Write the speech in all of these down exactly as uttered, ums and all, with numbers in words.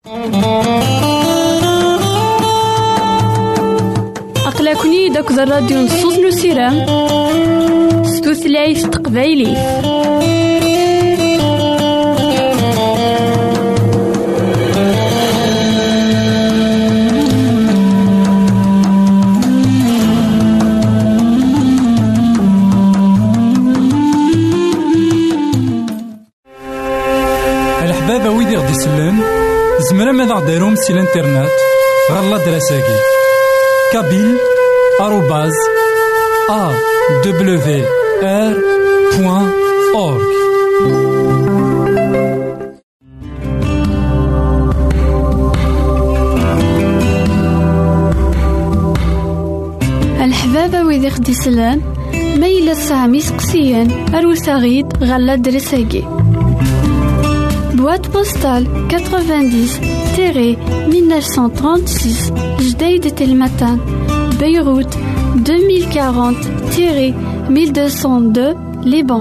أقلكني داك الراديو نصوص نسيرام ستوثلايف تقبايلي. الحبابة ويدي غدي يسلم زمرا ماذا غديرهم سي الانترنت غالا دراساكي كابيل آروباز أ دبليو آر بوان أورك. الحبابة ويدي غدي يسلم ميلا سامي سقسيان أروساغيد غالا دراساكي boîte postale quatre-vingt-dix mille neuf cent trente-six Jdeï de Telmatan, Beyrouth deux mille quarante mille deux cent deux Liban.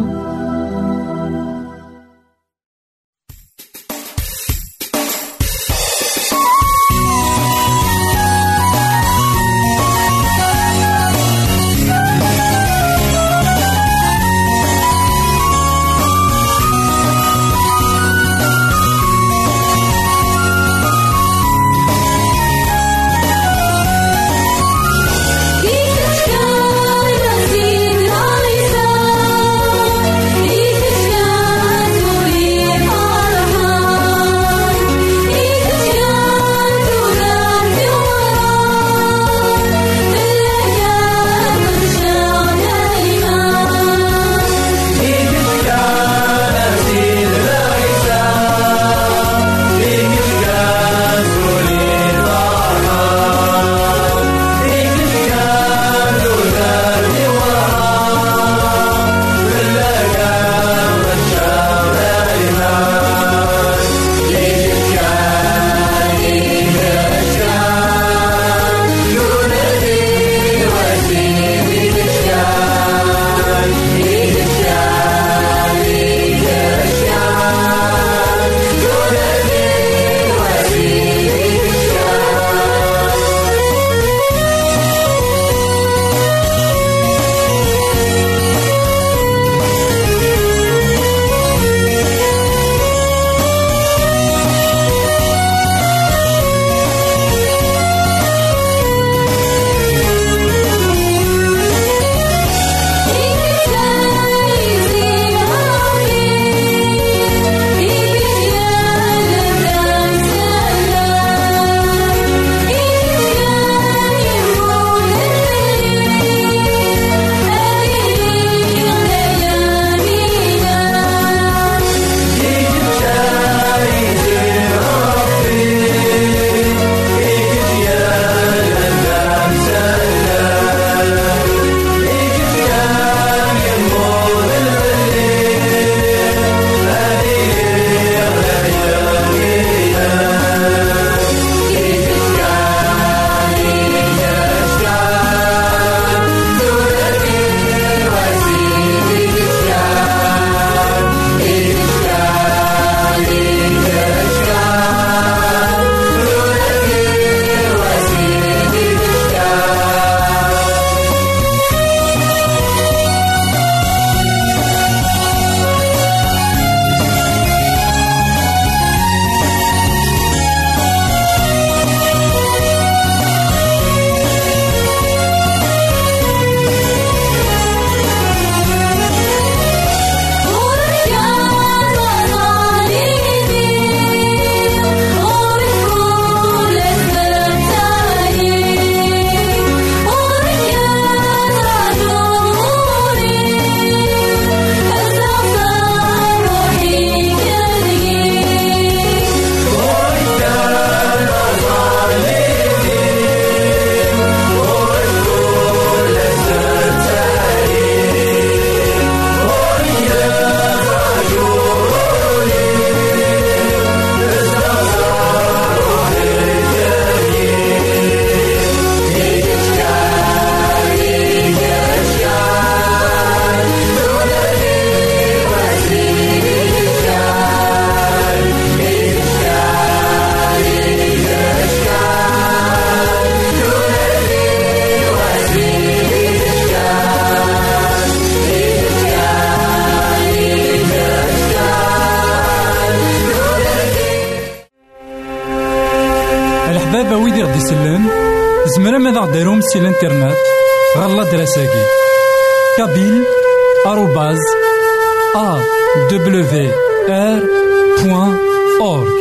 الحبابة ويدي غدي يسلم زمرا ماذا غديرهم سي الانترنت غالا دراساكي كابيل آروباز أ دبليو آر بوان أورغ.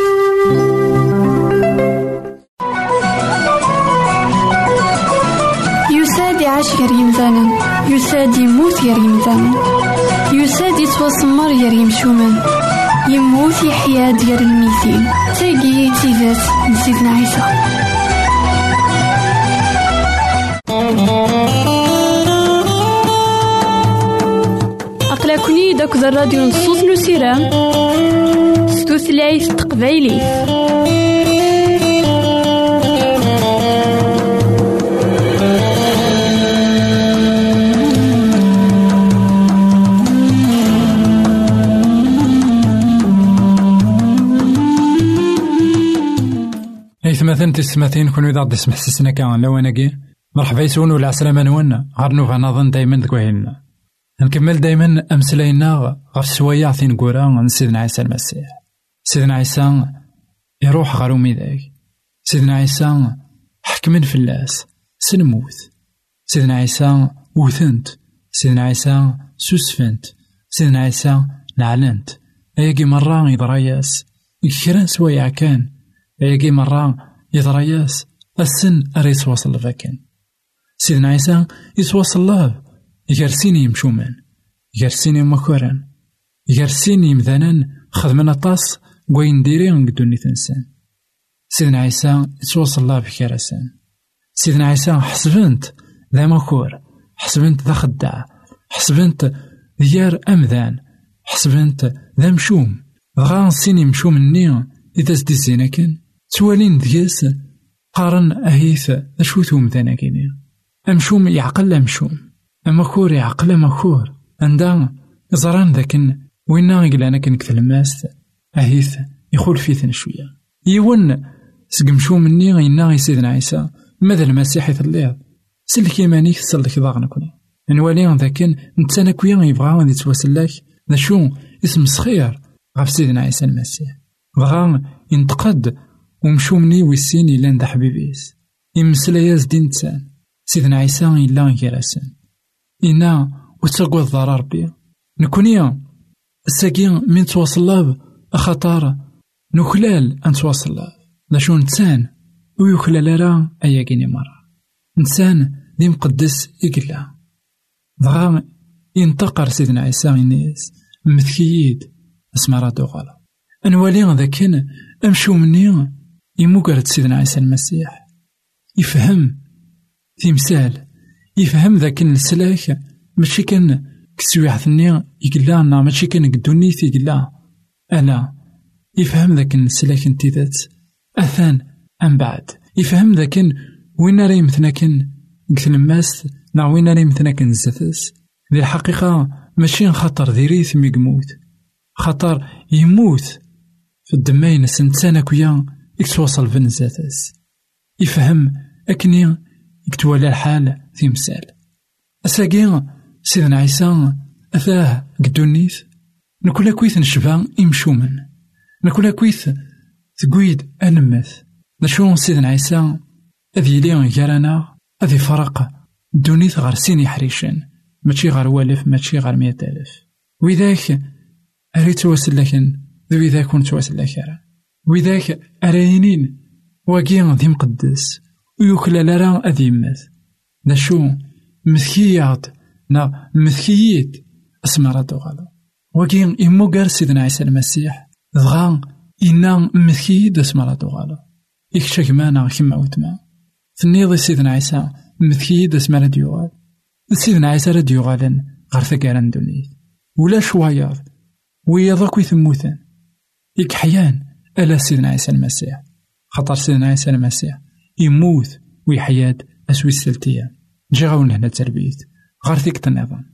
يساد يعيش غير يمثالا، يساد يموت غير يمثالا، يساد يتوسمر غير يمشومن، يموت يحيا ديال الميتين. تاقي تيزات نسيتنا عيسى. أقلكني داك الراديو نصوص نسيرام ستوثلايف تقبايلي. مثلا تسمعين كون إذا غدي يسمح سيسنا كان لو أنا كي مرحبا يسون ولا عسلامة نوانا غارنو غنظن دايما ذكوهيلنا نكمل دايما أمسلاينا غف سوايع ثين قورا عن سيدنا عيسى المسيح. سيدنا عيسى يروح غرومي ذاك، سيدنا عيسى حكمن في اللاس سنموت، سيدنا عيسى وثنت، سيدنا عيسى سوسفنت، سيدنا عيسى نعلنت. أياكي مرة يضرياس كران سوايع كان، أياكي مرة يضرياس السن أريس وصل فاكن. سيدنا عيسى يتواصل الله يجرسيني يمشومان، يجرسيني مكوران، يجرسيني مذانان خدمنا طاس وين ديرين قدوني تنسان. سيدنا عيسى يتواصل الله بكرسان. سيدنا عيسى حسبنت ذا مكور، حسبنت ذا خداع، حسبنت ديار أمذان، حسبنت ذا مشوم غان سيني مشوم النية إذا زدي زينا كان توالين دياس قارن أهيث أشوثو مذانا كيني. أمشوم يعقل أمشوم، أما كور يعقل أما كور عندها زران ذاكن وينا يقلانا كن كثلماس أهيث يخول فيثن شوية يون سقمشو مني غينا غي سيدنا عيسى ماذا المسيح يثليض سلك يمانيك سلك ضاغنا كوني نوالي ذاكن نتانا كويا يبغى غادي يتواسلك ذا شو اسم صخير غف سيدنا عيسى المسيح بغا ينتقد ومشو مني ويسين إلا ندى حبيبيس يمسلاياز دين تسان سيدنا عيسى إلا كراسان إنا وتساقوا الضرار ربي نكونيا الساقين من تواصل الله أخطار نخلال أن تواصل الله لاشو نتسان ويخلال راه أياكيني مرة نتسان دي مقدس إقلا ضغا ينتقر سيدنا عيسى الناس مثكيد اسمع رادو غالا أنوالي ذا كان أمشو مني يموكرت سيدنا عيسى المسيح يفهم تمثال يفهم ذاك السلاك ماشي كان كسويح ثنيا يقلانا ماشي كان قدوني في قلا ألا يفهم ذاك السلاك انتي ذات أثان أم بعد يفهم ذاك وين راه مثنا كان قتل الماس نا وين راه مثنا كان زثس ذي الحقيقة ماشي خطر ذيريث ميقموت خطر يموت في الدمين سنتانا كويا يتواصل في الزاتس يفهم أكني يكتوالى الحال في مسال أساقين سيدنا عيسى أثاه قدونيث نكولا كويث نشبه إمشومن نكولا كويث تقويد أنمث نشون سيدنا عيسى أذي ليون جارانا أذي فرق دونيث غار سيني حريشن ماشي غار والف ماشي غار مية ألف وذاك أريد تواسل لكن ذوي ذاك كنت تواسل لك وذاك أرينين واقين ذي مقدس ويوكلا لرا أذي مث نشو مثكيات نا مثكييت اسم رادو غالا وكين إمو قار سيدنا عيسى المسيح ضغان إنا مثكييت اسم رادو غالا إكشاك مانا كما وتما فنيضي سيدنا عيسى مثكييت اسم راديو غال سيدنا عيسى راديو غالا غارثا قارن دونيت ولا شواياض ويضاكو ثموثان إك حيان ألا سيدنا عيسى المسيح خطر سيدنا عيسى المسيح يموت ويحياد أسوي السلتية جي غاون هنا تربيت غارثيك تنظام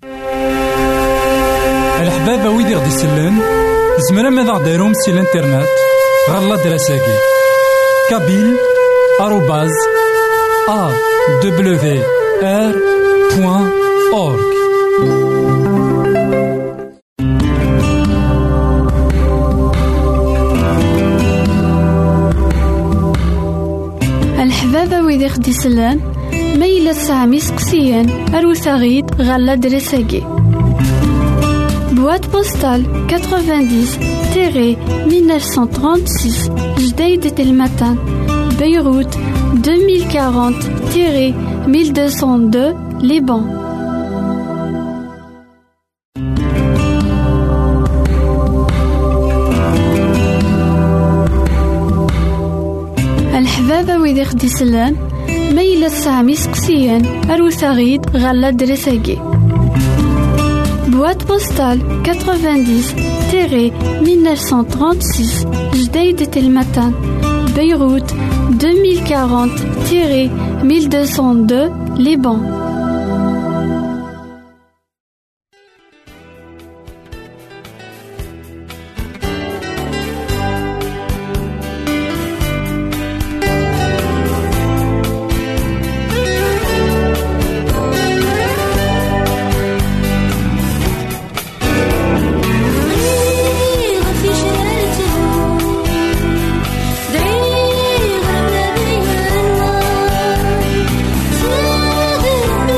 الحبابة ويدي غدي يسلم زمرا ماذا غديرهم سي الانترنت غالا دراساكي كابيل آروباز أ دبليو آر بوان أورغ. ويدي خدي سلان ميلا سامي سقسيان أروثاغيد غالا دريساكي. Boîte postale quatre-vingt-dix mille neuf cent trente-six Jdeï de Telmatan, Beyrouth deux mille quarante mille deux cent deux Liban. الحبابة ويدي خدي سلان ميلا سامي سقسيان أروثاغيد غالا دريساكي. Boîte postale quatre-vingt-dix mille neuf cent trente-six Jdeï de Telmatan, Beyrouth deux mille quarante mille deux cent deux Liban. Dream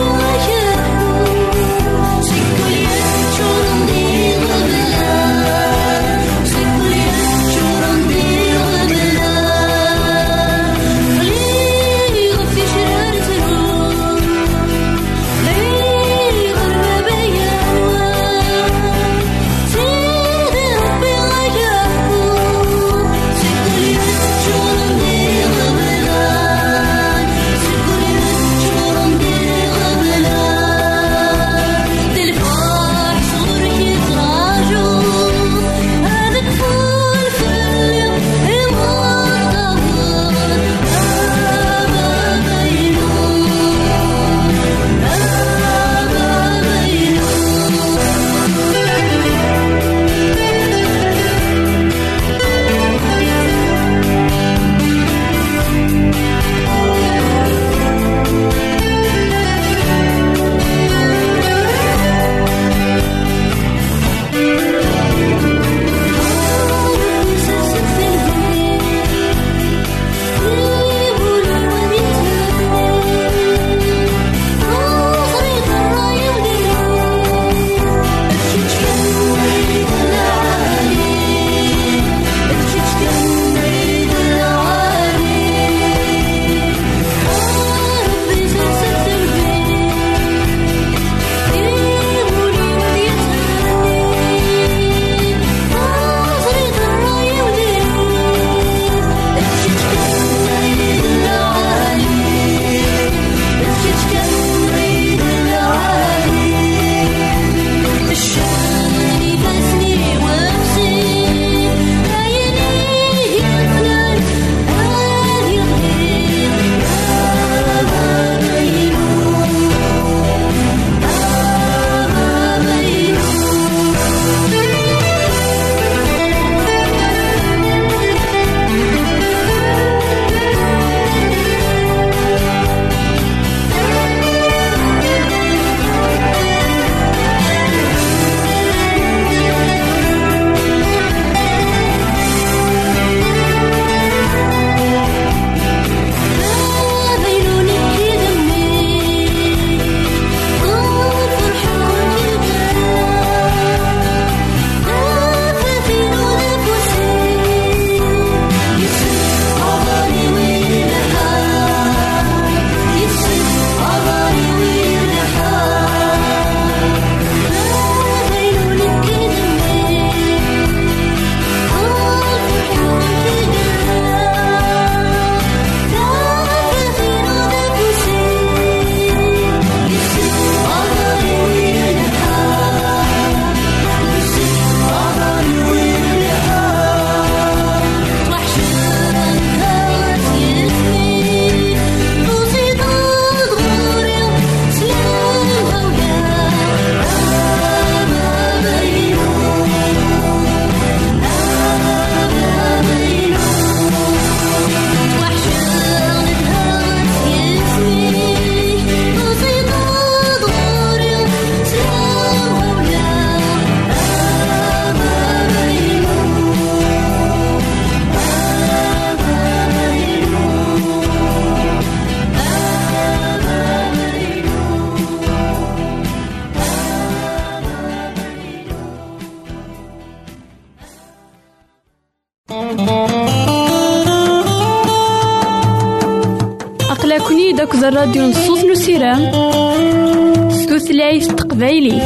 يغلى داك الراديو نصوص نسيرام ستوثلايف تقبايلي.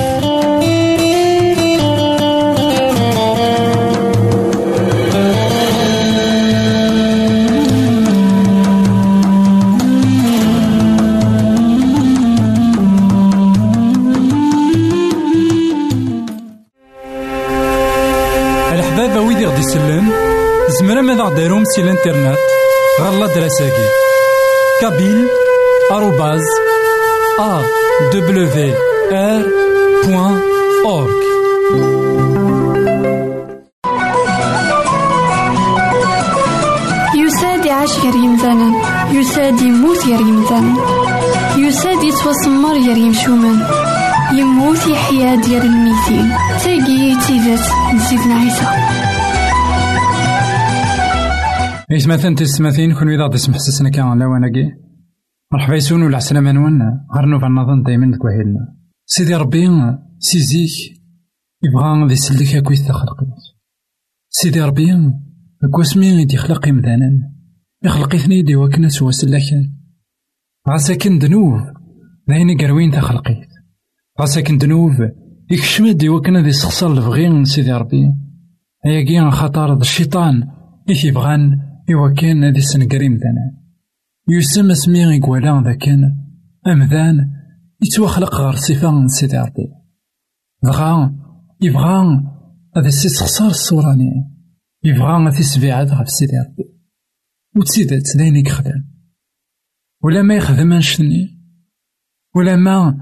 الحبابة ويدي غدي يسلم زمرا ماذا غديرهم سي الانترنت غالا دراساكي كابيل آروباز أ دبليو آر بوان أورك. يساد يعيش غير يمثالا، يساد يموت غير يمثالا، يساد يتوسمر غير يمشومان، يموت يحيا ديال الميتين. تاقي تيزات نزيدنا عيسى إيش مثلا تسمثين كون إذا تسمح سسنا كان لا وناقي مرحبا يسون ولا عسلامة نوانا غرنو في النظام دايما كوهيلنا سيدي ربي سيزيك يبغى غادي يسلك أكويت تخلقيت سيدي ربي أكواسمي غادي يخلق مذانا يخلقيتني دي وكنا سوا سلاكن غاساكن دنوب دايني قروين تخلقيت غاساكن دنوب يكشمد دي وكنا دي سخصر الفغين سيدي ربي هيا خطر الشيطان إيش يبغان إوا كان هادي السنقري مذانا يسمى سمي إكوالا ذا كان أمذان يتوخلق غير صفة سيدي ربي دغا يبغى هذا السيس خسار الصوراني يبغى غادي سبيعات غف سيدي ربي وتسيدات دايني يخدم ولا ما يخدم نشتني ولا ما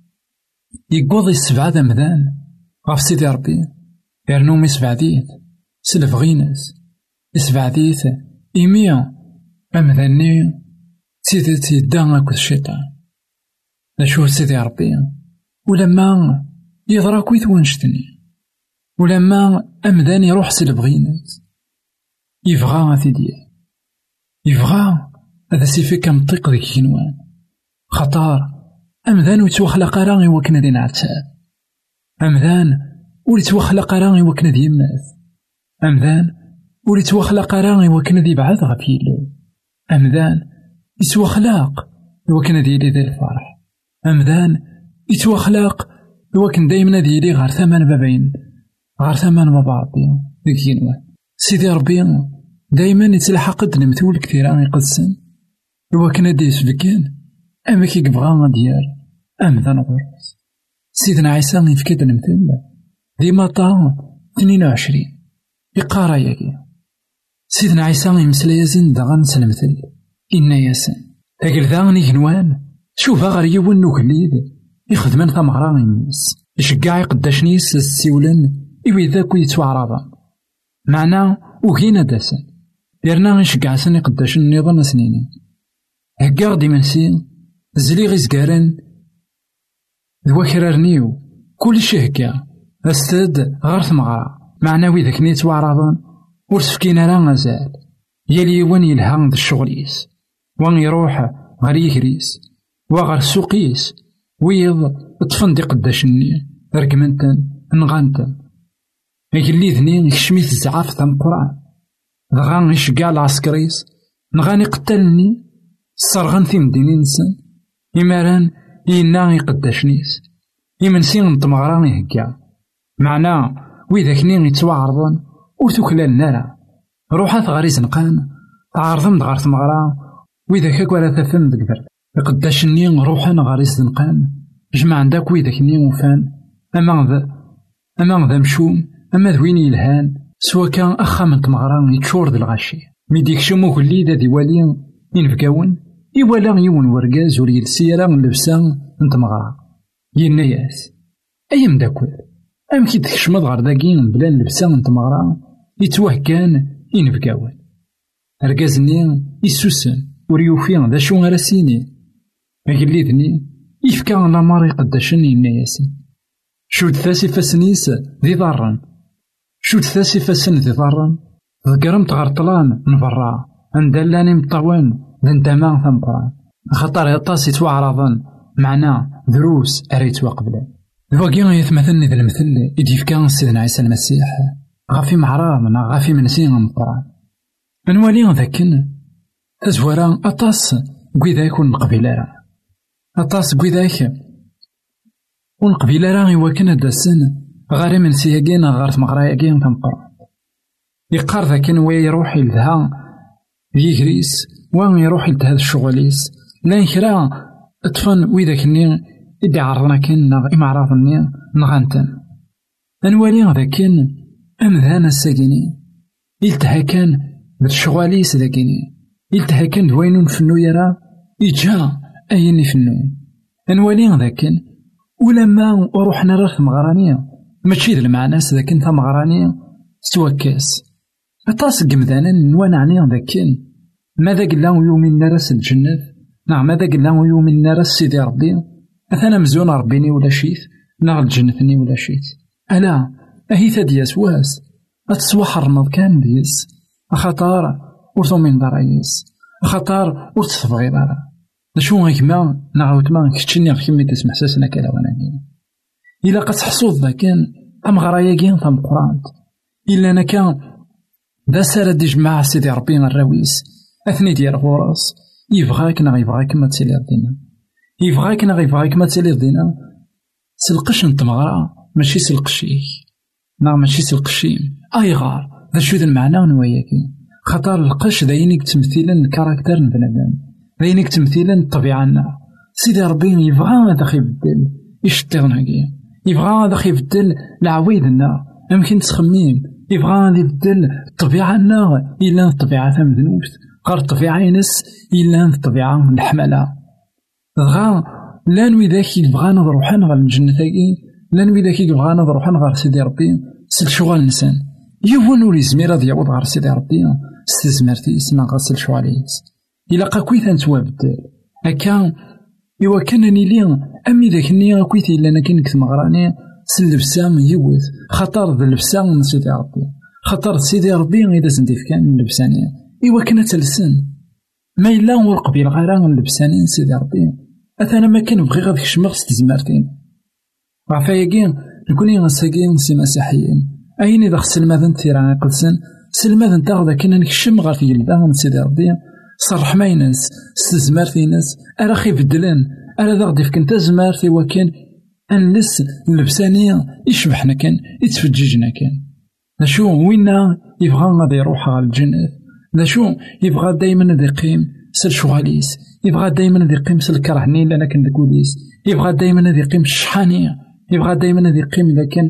يقوضي السبعة أمذان غف سيدي ربي يرنوم يسبعديت سلف غيناس يسبعديت إيميا أمذاني تسيدات يدان أكو الشيطان نشوف سيدي ربي ولما يضرا كويت ونشتني ولما أمذان يروح سلف غيناس يبغى غادي ديال يبغى هذا سيفي كنطيق ذيك كنوان خطار أمذان ويتوخلق راه وكنا دي نعتاب أمذان ويتوخلق راه وكنا دي يماث أمذان ويتوخلق راه وكنا دي بعاد غفيلو أمذان يتوخلق وكنا دي لي ذي الفرح أمذان يتوخلق وكن دايما ديالي غير ثمان بابين غير ثمان باباطي ذيك كنوان سيدي ربي دايما يتلحق نمثول كثيرا يقدسن وكنا دي سلكان أما كي يبغى ديال أمذان غرس سيدنا عيسى يفكد نمثل دي مطا اثنين وعشرين يقارا ياكي سيدنا عيسى يمسلا يزن دغا نسلمثل إنا ياسن تاكل ذا كنوان شوفها غير يون نوكليد يخدمن ثمغرا يميس يشقع يقداشنيس السيولن إوي ذاك يتوعرضا معنا وكينا داسن يرنا يشقع سن يقداشن نيضان سنيني هكا غدي منسي زلي غيزكارن ذوا كرارنيو كلشي هكا أستاد غير ثمغرا معنا ويذاك نيتوعرضن ورسفكينا راه غزال يالي وان يلها ذا الشغليس وان يروح غير يكريس وغير السوقيس ويض تفندي قداشني رقمنتن نغانتن يقلي ذني يكشميت الزعاف تاع القرآن دغا يشقع العسكريس نغاني قتلني صرغن في مديني نسن يماران ينا يقداشنيس يمنسي نطمغرا يهكا معنا ويذاك نين يتوعرضن وتوكلال نارا روحات غاري زنقان تعرضن دغار ثمغرا ويذاك كوالا تفهم دكبر يقداشني روحان غاري زنقان جمع عندك ويذاك نين وفان أما ذا أما ذا مشوم أما ذوين يلهان سوا كان أخا من تمغران يتشور ذا الغاشي ميديك شمو كلي ذا ديوالي ينفقاون يوالا يون ورقاز ور يلسيرا من لبسان من تمغرا يناياس أي مداكل أم كي تكشمض غار داكين بلا لبسان من تمغرا يتوه كان ينفقاون رقازني يسوسن ور يوفي ذا شو غير سيني أكلي ذني يفكا لامار يقداشن يناياسن شو تثاسي فاسنيس ذي ضرن شو تثاسي فاسن ذي ضرن ذكرمت غير طلان نبرا اندلاني مطوان ذندما ثم قران خطر يطاس يتوعرضن معنا دروس اريت وقبلا الواقع يتمثلني ذا المثل يدي كان سيدنا عيسى المسيح غافي معرضنا غافي منسين من القران نوالي ذاكن أزورا أطاس قويدا يكون قبيلة راه أطاس قويدا يك ونقبيلة راه يوكن هدا السن غاري من سياقين غارت مغراياقين تنقر يقار ذاك ويا يروح يلدها يجريس وين يروح يلدها الشغليس لا يكرا اطفن ويداكني إدي عرضنا كن إما عرضني نغانتن أنوالي ذاكن أمذان الساقيني يلتها كان بالشغاليس ذاكيني يلتها كان دوينون فنو يرى إجا أيني فنو أنوالي ذاكن ولما روحنا راه مغرانية ماشي ذا المعناس ذاك انت مغرانية توكاس أطاس قمدانا نوانا عني ذاكن ماذا قلنا يومين نراس الجنة نعم ماذا قلنا يومين نراس سيدي ربي أثنا مزون ربيني ولا شيت نغ الجنة ولا شيت ألا أهي ثدياس واس أتصوحر نض كان ديس أخطار ورثو من درايس أخطار ورثفغي دارا شو غيكما نعاود ما كتشني غيكمي تسمح ساسنا كلاواناني إلا قد تحصوض ذاكن أم غراياكين ثم قرانت إلا أنا كان دا سارة دي جماعة سيدي ربي الراويس أثني ديال غوراس يبغاك نا غيبغاك ما تسالي ردينا يبغاك نا غيبغاك ما تسالي ردينا سلقش نت مغرا ماشي سلقشيك نا ماشي سلقشيم أي غار ذا شو ذا المعنى نواياكي خطر القش داينيك تمثيلا الكاركتر نبنادم داينيك تمثيلا الطبيعة سيدي ربي يبغى هذا خيبدل يشتغل هكيا يبغى هذا خيبدل العويدنا يمكن تخميم يبغى هذا يبدل الطبيعة نا إلا الطبيعة مذنوبت قال الطبيعة ينس إلا الطبيعة الحملة دغا لا نوي ذاك يبغى نروحان غير الجنة ثاقي لا نوي ذاك يبغى نروحان غير سيدي ربي سل شغال إنسان يوون ولي زمير هذا يعوض غير سيدي ربي استزمرتي اسمع غسل شغاليس إلا قاكويث نتوا بدل هكا إوا كانني لي أمي ذاك النية كويثي إلا أنا كنت مغراني سلبسام يوث خطر ذا اللبسان سيدي ربي خطر سيدي ربي إذا زنديف كان اللبساني إوا كانت لسن ما إلا ورقبي الغيران اللبسانين سيدي ربي أثنا ما كان بغي غادي كشمغ ستزمرتين عفاياكين نكوني غنساكين سي مسيحيين أين إذا خسل ماذا نتيران قدسن سلماذا نتاغذا كنا نكشم غير في يلدان سيدي ربي صرح ما ينس استزمار في ناس أرا خي بدلان أرا ذا غدي فكنت زمار في وكان أنلس اللبسانية يشبحنا كان يتفججنا كان ذا شو وينا يبغى غادي يروح على الجنة ذا شو يبغى دايما ذي قيم سل شغاليس يبغى دايما ذي قيم سل كرهني لأنا كنت كوليس يبغى دايما ذي قيم الشحانية يبغى دايما ذي قيم لكن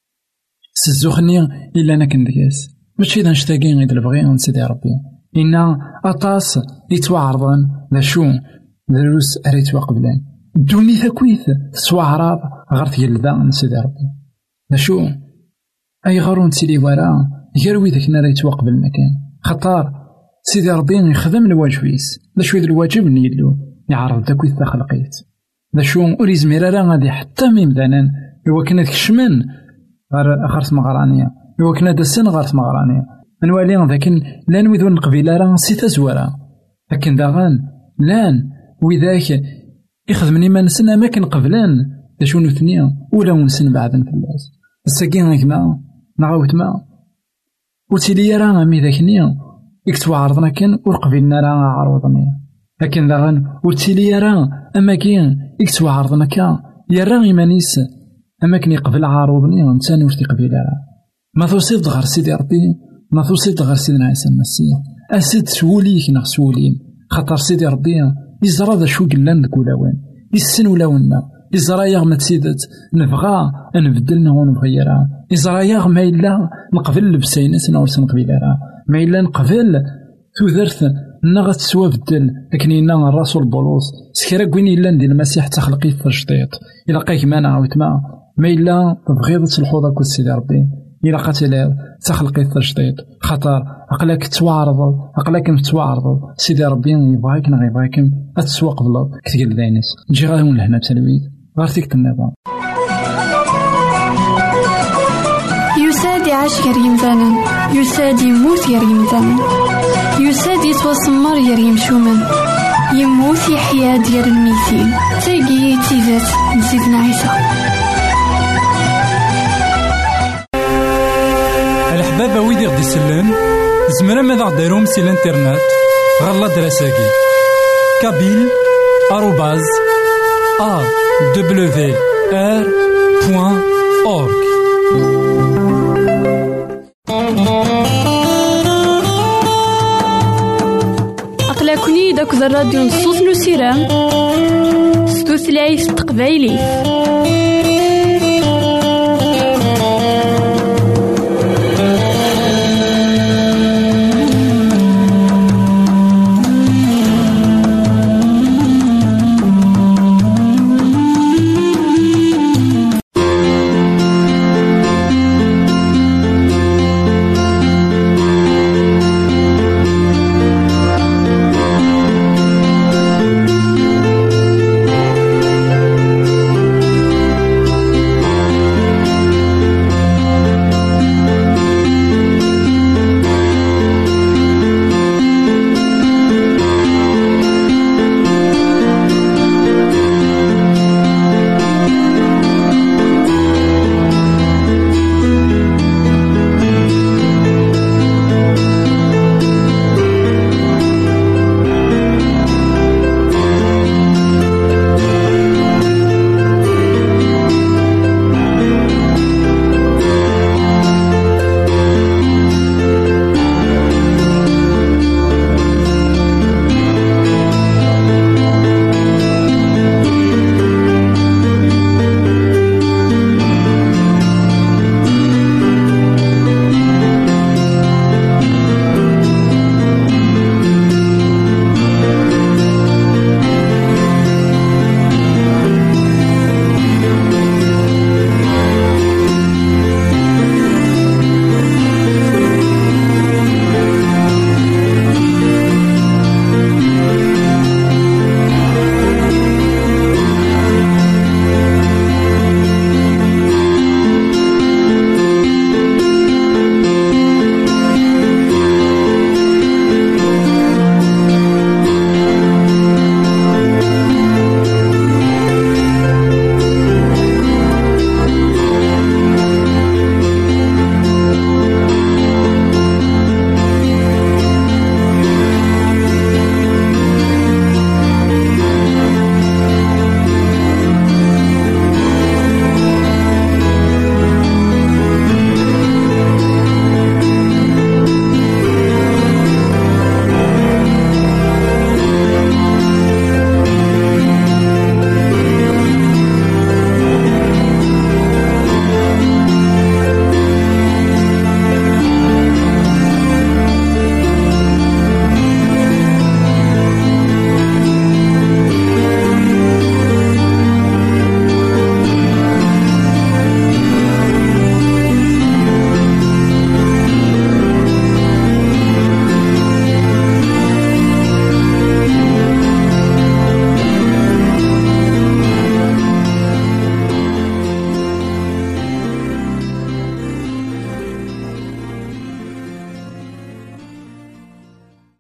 سزوخني إلا أنا كنت كاس ماشي إذا نشتاقين غير البغي سيدي ربي إنا أطاس يتوعرضن ذا شو دروس أريت وقبلان دوني ثاكويث سواعراب غرت يلدا سيدي ربي ذا شو أي غارون سيدي ورا يروي ذاك نارا يتوقب المكان خطار سيدي ربي يخدم الواجبيس ذا شو ذا الواجب نيلو يعرض ثاكويث ذا خلقيت ذا شو أريز ميرارا غادي حتى ميمدانا إوا كنا كشمن غرت مغرانية إوا كنا دسن غرت مغرانية نوالي لكن لا نويذو نقبيلا راه سيتا زوارا لكن داغان لان وذاك يخدمني ما نسنا ما كنقبلان دا شو نثنيا ولا ونسن بعدن في الناس الساكين كما نعاود ما وتيلي راه مي ذاك نيا يكتوا عرضنا كان ورقبيلنا راه عروضني لكن داغان وتيلي راه اما كاين يكتوا عرضنا كا يا راه يمانيس اما كان يقبل عروضني انسان واش تقبيلا ما توصيف غير سيدي ربي ما توصيف غير سيدنا عيسى المسيح أسد سوليك نغ سولين خاطر سيدي ربي يزرى ذا شو قلان ذاك ولاوان يسن ولاونا يزرى ياغ ما تسيدت نبغى نبدلنا ونغيرها يزرى ياغ ما إلا نقبل لبسيناتنا ورسن قبيلها ما إلا نقبل تودرت نغا تسوى بدل لكن إنا الرسول بولوس سكرا كوين إلا ندير المسيح تخلقي التجديد إلا قايك ما نعاود ما ما إلا تبغيض تلحو ذاك سيدي ربي إلا قاتل تخلقي التجديد خطر أقلاك توعرض أقلاك متوعرض سيدي ربي يبغيك نا يبغيكم أتسوق بلا كتقل داينس نجي غايون لهنا تلويد غير تيك النظام يساد يعيش غير يمثالا يساد يموت غير يمثالا يساد يتوسمر غير يمشومن يموت يحيا ديال الميتين تاقي تيزات نزيدنا عيسى الحبابة ويدي غدي يسلن زمرا ماذا غديرهم سي الانترنت غالا دراساكي كابيل آروباز أ دبليو آر بوان أورك. أقلكني داك الراديو نصوص نسيران ستوثلايف تقبايلي.